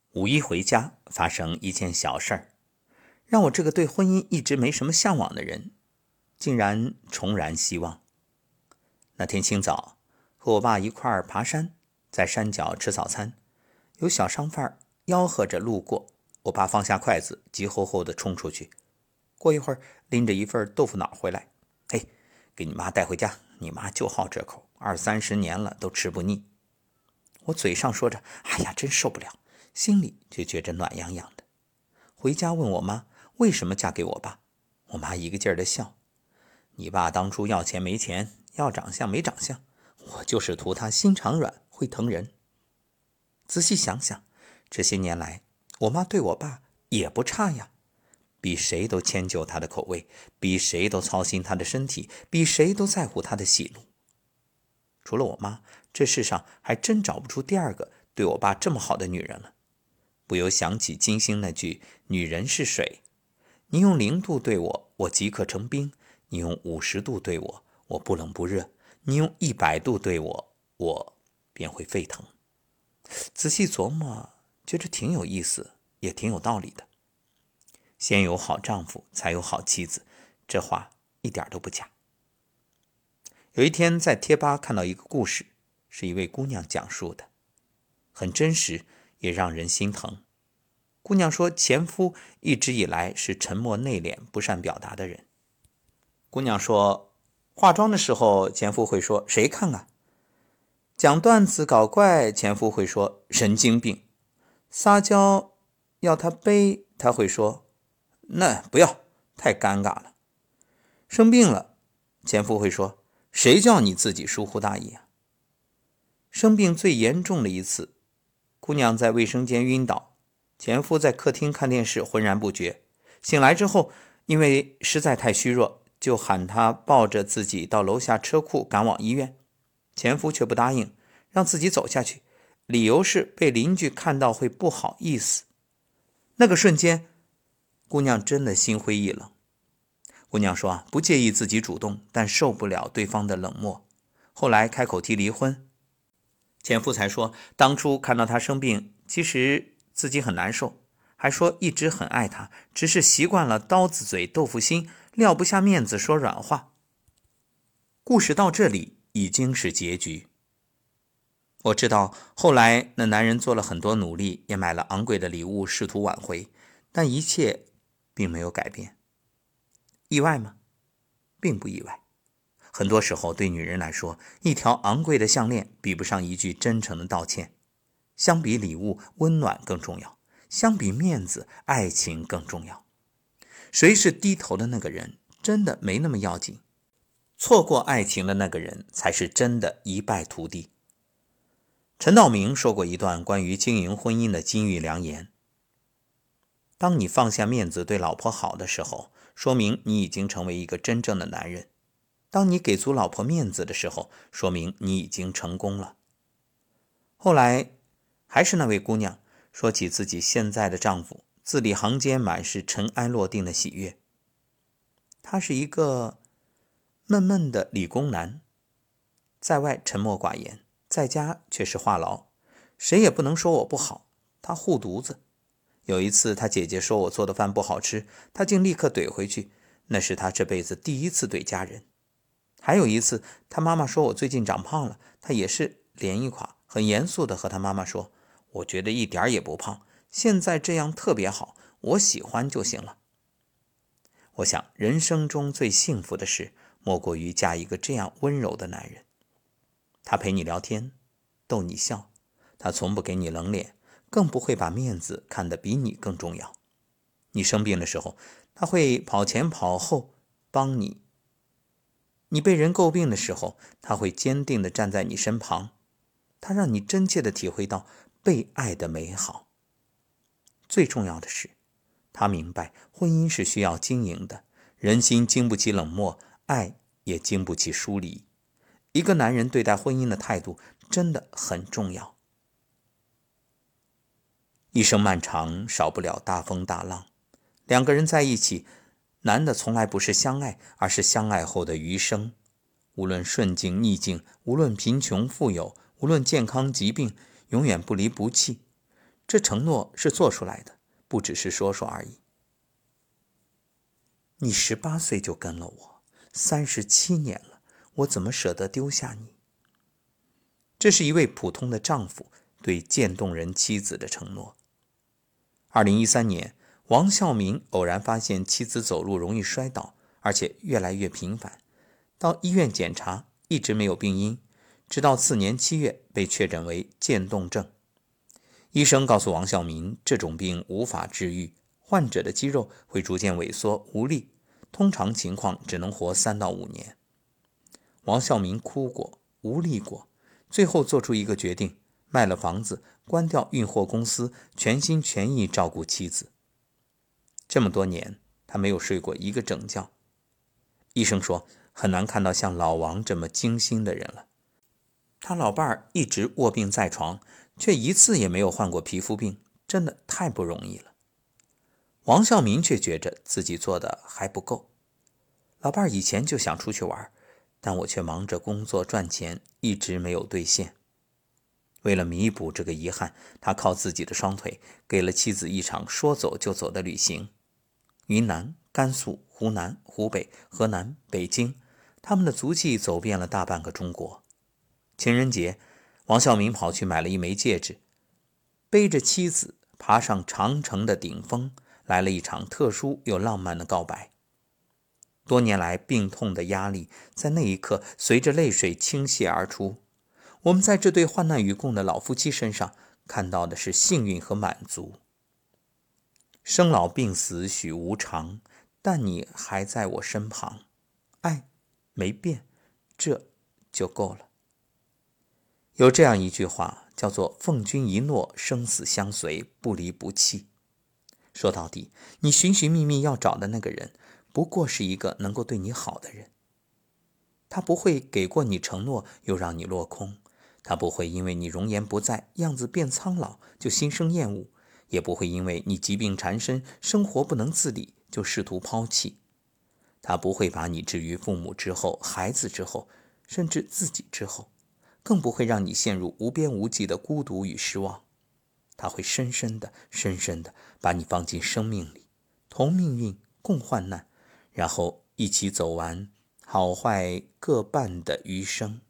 五一回家，发生一件小事儿，让我这个对婚姻一直没什么向往的人，竟然重燃希望。那天清早，和我爸一块儿爬山，在山脚吃早餐，有小商贩吆喝着路过，我爸放下筷子，急吼吼地冲出去。过一会儿，拎着一份豆腐脑回来，嘿，给你妈带回家，你妈就好这口，20-30年了都吃不腻。我嘴上说着，哎呀，真受不了，心里却觉着暖洋洋的。回家问我妈为什么嫁给我爸，我妈一个劲儿的笑。你爸当初要钱没钱，要长相没长相，我就是图他心肠软，会疼人。仔细想想，这些年来，我妈对我爸也不差呀，比谁都迁就他的口味，比谁都操心他的身体，比谁都在乎他的喜怒。除了我妈，这世上还真找不出第二个对我爸这么好的女人了。不由想起金星那句女人是水，你用0度对我，我即刻成冰；你用50度对我，我不冷不热；你用100度对我，我便会沸腾。仔细琢磨，觉着挺有意思，也挺有道理的。先有好丈夫，才有好妻子，这话一点都不假。有一天在贴吧看到一个故事，是一位姑娘讲述的，很真实，也让人心疼。姑娘说，前夫一直以来是沉默内敛、不善表达的人。姑娘说，化妆的时候，前夫会说谁看啊？讲段子搞怪，前夫会说神经病。撒娇要他背，他会说那不要，太尴尬了。生病了，前夫会说谁叫你自己疏忽大意啊？生病最严重的一次，姑娘在卫生间晕倒，前夫在客厅看电视浑然不觉，醒来之后因为实在太虚弱，就喊她抱着自己到楼下车库赶往医院。前夫却不答应，让自己走下去，理由是被邻居看到会不好意思。那个瞬间，姑娘真的心灰意冷。姑娘说，不介意自己主动，但受不了对方的冷漠。后来开口提离婚，前夫才说当初看到她生病，其实自己很难受，还说一直很爱她，只是习惯了刀子嘴豆腐心，撂不下面子说软话。故事到这里已经是结局。我知道后来那男人做了很多努力，也买了昂贵的礼物试图挽回，但一切并没有改变。意外吗？并不意外。很多时候对女人来说，一条昂贵的项链比不上一句真诚的道歉。相比礼物，温暖更重要；相比面子，爱情更重要。谁是低头的那个人，真的没那么要紧。错过爱情的那个人，才是真的一败涂地。陈道明说过一段关于经营婚姻的金玉良言：当你放下面子对老婆好的时候，说明你已经成为一个真正的男人；当你给足老婆面子的时候，说明你已经成功了。后来还是那位姑娘说起自己现在的丈夫，字里行间满是尘埃落定的喜悦。他是一个闷闷的理工男，在外沉默寡言，在家却是话痨，谁也不能说我不好，他护犊子。有一次他姐姐说我做的饭不好吃，他竟立刻怼回去，那是他这辈子第一次怼家人。还有一次他妈妈说我最近长胖了，他也是脸一垮，很严肃地和他妈妈说，我觉得一点也不胖，现在这样特别好，我喜欢就行了。我想人生中最幸福的事，莫过于嫁一个这样温柔的男人。他陪你聊天，逗你笑，他从不给你冷脸，更不会把面子看得比你更重要。你生病的时候，他会跑前跑后帮你；你被人诟病的时候，他会坚定地站在你身旁。他让你真切地体会到被爱的美好。最重要的是，他明白婚姻是需要经营的，人心经不起冷漠，爱也经不起疏离。一个男人对待婚姻的态度真的很重要。一生漫长，少不了大风大浪。两个人在一起，难的从来不是相爱，而是相爱后的余生。无论顺境逆境，无论贫穷富有，无论健康疾病，永远不离不弃。 这承诺是做出来的，不只是说说而已。你18岁就跟了我，37年了，我怎么舍得丢下你？这是一位普通的丈夫对渐冻人妻子的承诺。2013年，王孝民偶然发现妻子走路容易摔倒，而且越来越频繁，到医院检查一直没有病因，直到次年7月被确诊为渐冻症。医生告诉王孝民，这种病无法治愈，患者的肌肉会逐渐萎缩无力，通常情况只能活3到5年。王孝民哭过，无力过，最后做出一个决定，卖了房子，关掉运货公司，全心全意照顾妻子。这么多年，他没有睡过一个整觉。医生说，很难看到像老王这么精心的人了。他老伴儿一直卧病在床，却一次也没有患过皮肤病，真的太不容易了。王孝民却觉着自己做的还不够。老伴儿以前就想出去玩，但我却忙着工作赚钱，一直没有兑现。为了弥补这个遗憾，他靠自己的双腿给了妻子一场说走就走的旅行。云南、甘肃、湖南、湖北、河南、北京，他们的足迹走遍了大半个中国。情人节，王孝民跑去买了一枚戒指，背着妻子爬上长城的顶峰，来了一场特殊又浪漫的告白。多年来病痛的压力在那一刻随着泪水倾泻而出。我们在这对患难与共的老夫妻身上看到的是幸运和满足。生老病死许无常，但你还在我身旁，爱没变，这就够了。有这样一句话叫做奉君一诺，生死相随，不离不弃。说到底，你寻寻觅觅要找的那个人，不过是一个能够对你好的人。他不会给过你承诺又让你落空，他不会因为你容颜不在，样子变苍老就心生厌恶，也不会因为你疾病缠身，生活不能自理就试图抛弃。他不会把你置于父母之后，孩子之后，甚至自己之后，更不会让你陷入无边无际的孤独与失望。他会深深的、深深的把你放进生命里，同命运共患难，然后一起走完好坏各半的余生。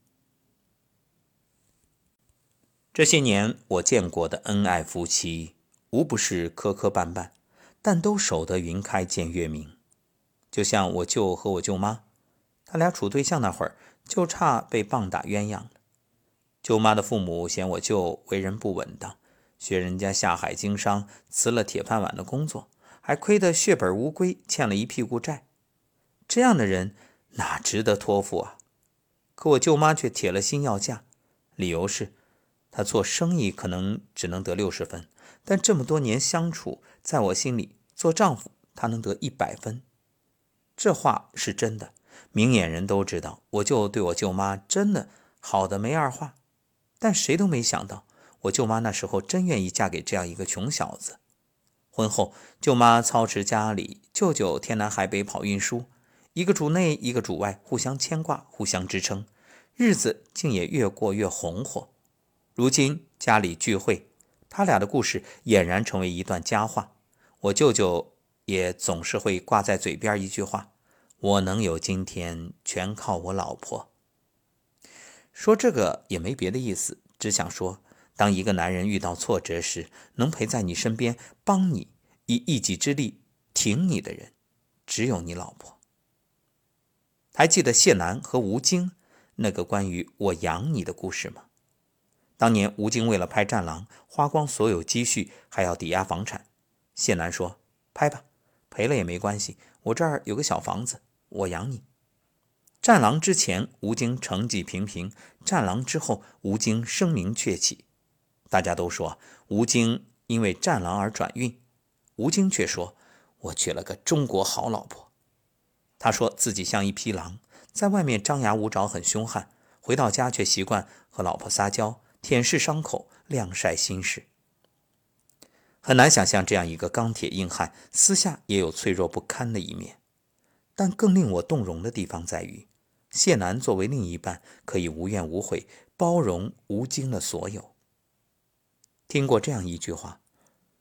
这些年我见过的恩爱夫妻，无不是磕磕绊绊，但都守得云开见月明。就像我舅和我舅妈，他俩处对象那会儿，就差被棒打鸳鸯了。舅妈的父母嫌我舅为人不稳当，学人家下海经商，辞了铁饭碗的工作，还亏得血本无归，欠了一屁股债。这样的人哪值得托付啊？可我舅妈却铁了心要嫁，理由是她做生意可能只能得60分，但这么多年相处，在我心里做丈夫她能得100分。这话是真的，明眼人都知道，我舅对我舅妈真的好的没二话。但谁都没想到，我舅妈那时候真愿意嫁给这样一个穷小子。婚后，舅妈操持家里，舅舅天南海北跑运输，一个主内一个主外，互相牵挂，互相支撑，日子竟也越过越红火。如今家里聚会，他俩的故事俨然成为一段佳话。我舅舅也总是会挂在嘴边一句话：我能有今天，全靠我老婆。说这个也没别的意思，只想说，当一个男人遇到挫折时，能陪在你身边，帮你，以一己之力挺你的人，只有你老婆。还记得谢楠和吴京那个关于我养你的故事吗？当年吴京为了拍《战狼》，花光所有积蓄，还要抵押房产。谢楠说：拍吧，赔了也没关系，我这儿有个小房子，我养你。战狼之前，吴京成绩平平；战狼之后，吴京声名鹊起。大家都说吴京因为战狼而转运，吴京却说：我娶了个中国好老婆。他说自己像一匹狼，在外面张牙舞爪很凶悍，回到家却习惯和老婆撒娇，舔舐伤口，晾晒心事。很难想象这样一个钢铁硬汉，私下也有脆弱不堪的一面。但更令我动容的地方在于，谢楠作为另一半，可以无怨无悔，包容吴京的所有。听过这样一句话：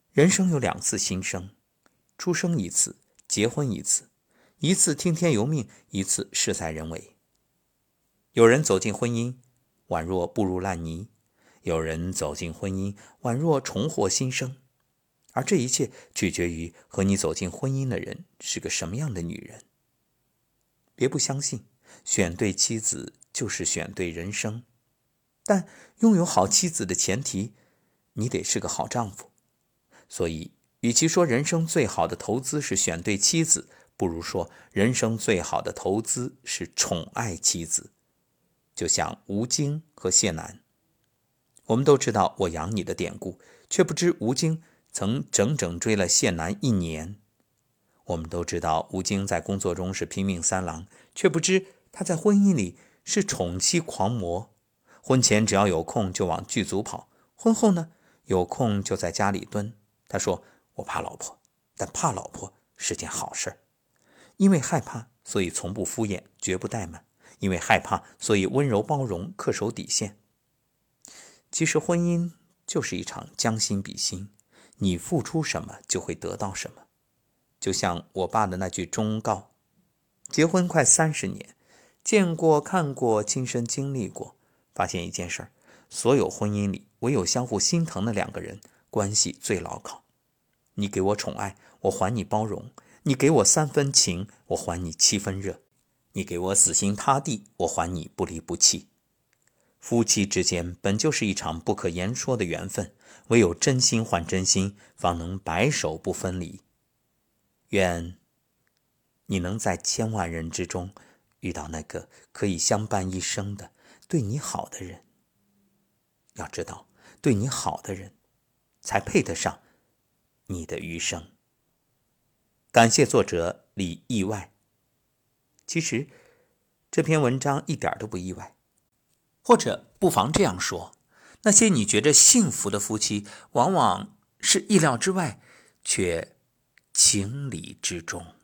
人生有2次新生，出生一次，结婚一次，一次听天由命，一次事在人为。有人走进婚姻，宛若步入烂泥；有人走进婚姻，宛若重获新生。而这一切取决于和你走进婚姻的人是个什么样的女人。别不相信，选对妻子就是选对人生。但拥有好妻子的前提，你得是个好丈夫。所以，与其说人生最好的投资是选对妻子，不如说人生最好的投资是宠爱妻子。就像吴京和谢楠，我们都知道我养你的典故，却不知吴京曾整整追了谢楠1年。我们都知道吴京在工作中是拼命三郎，却不知他在婚姻里是宠妻狂魔。婚前只要有空就往剧组跑，婚后呢，有空就在家里蹲。他说，我怕老婆，但怕老婆是件好事。因为害怕，所以从不敷衍，绝不怠慢。因为害怕，所以温柔包容，恪守底线。其实婚姻就是一场将心比心，你付出什么就会得到什么。就像我爸的那句忠告，结婚快30年，见过看过亲身经历过，发现一件事儿，所有婚姻里唯有相互心疼的2个人关系最牢靠。你给我宠爱，我还你包容；你给我3分情，我还你7分热；你给我死心塌地，我还你不离不弃。夫妻之间本就是一场不可言说的缘分，唯有真心换真心，方能白首不分离。愿你能在千万人之中遇到那个可以相伴一生的对你好的人。要知道，对你好的人才配得上你的余生。感谢作者李意外。其实这篇文章一点都不意外，或者不妨这样说，那些你觉着幸福的夫妻，往往是意料之外，却情理之中。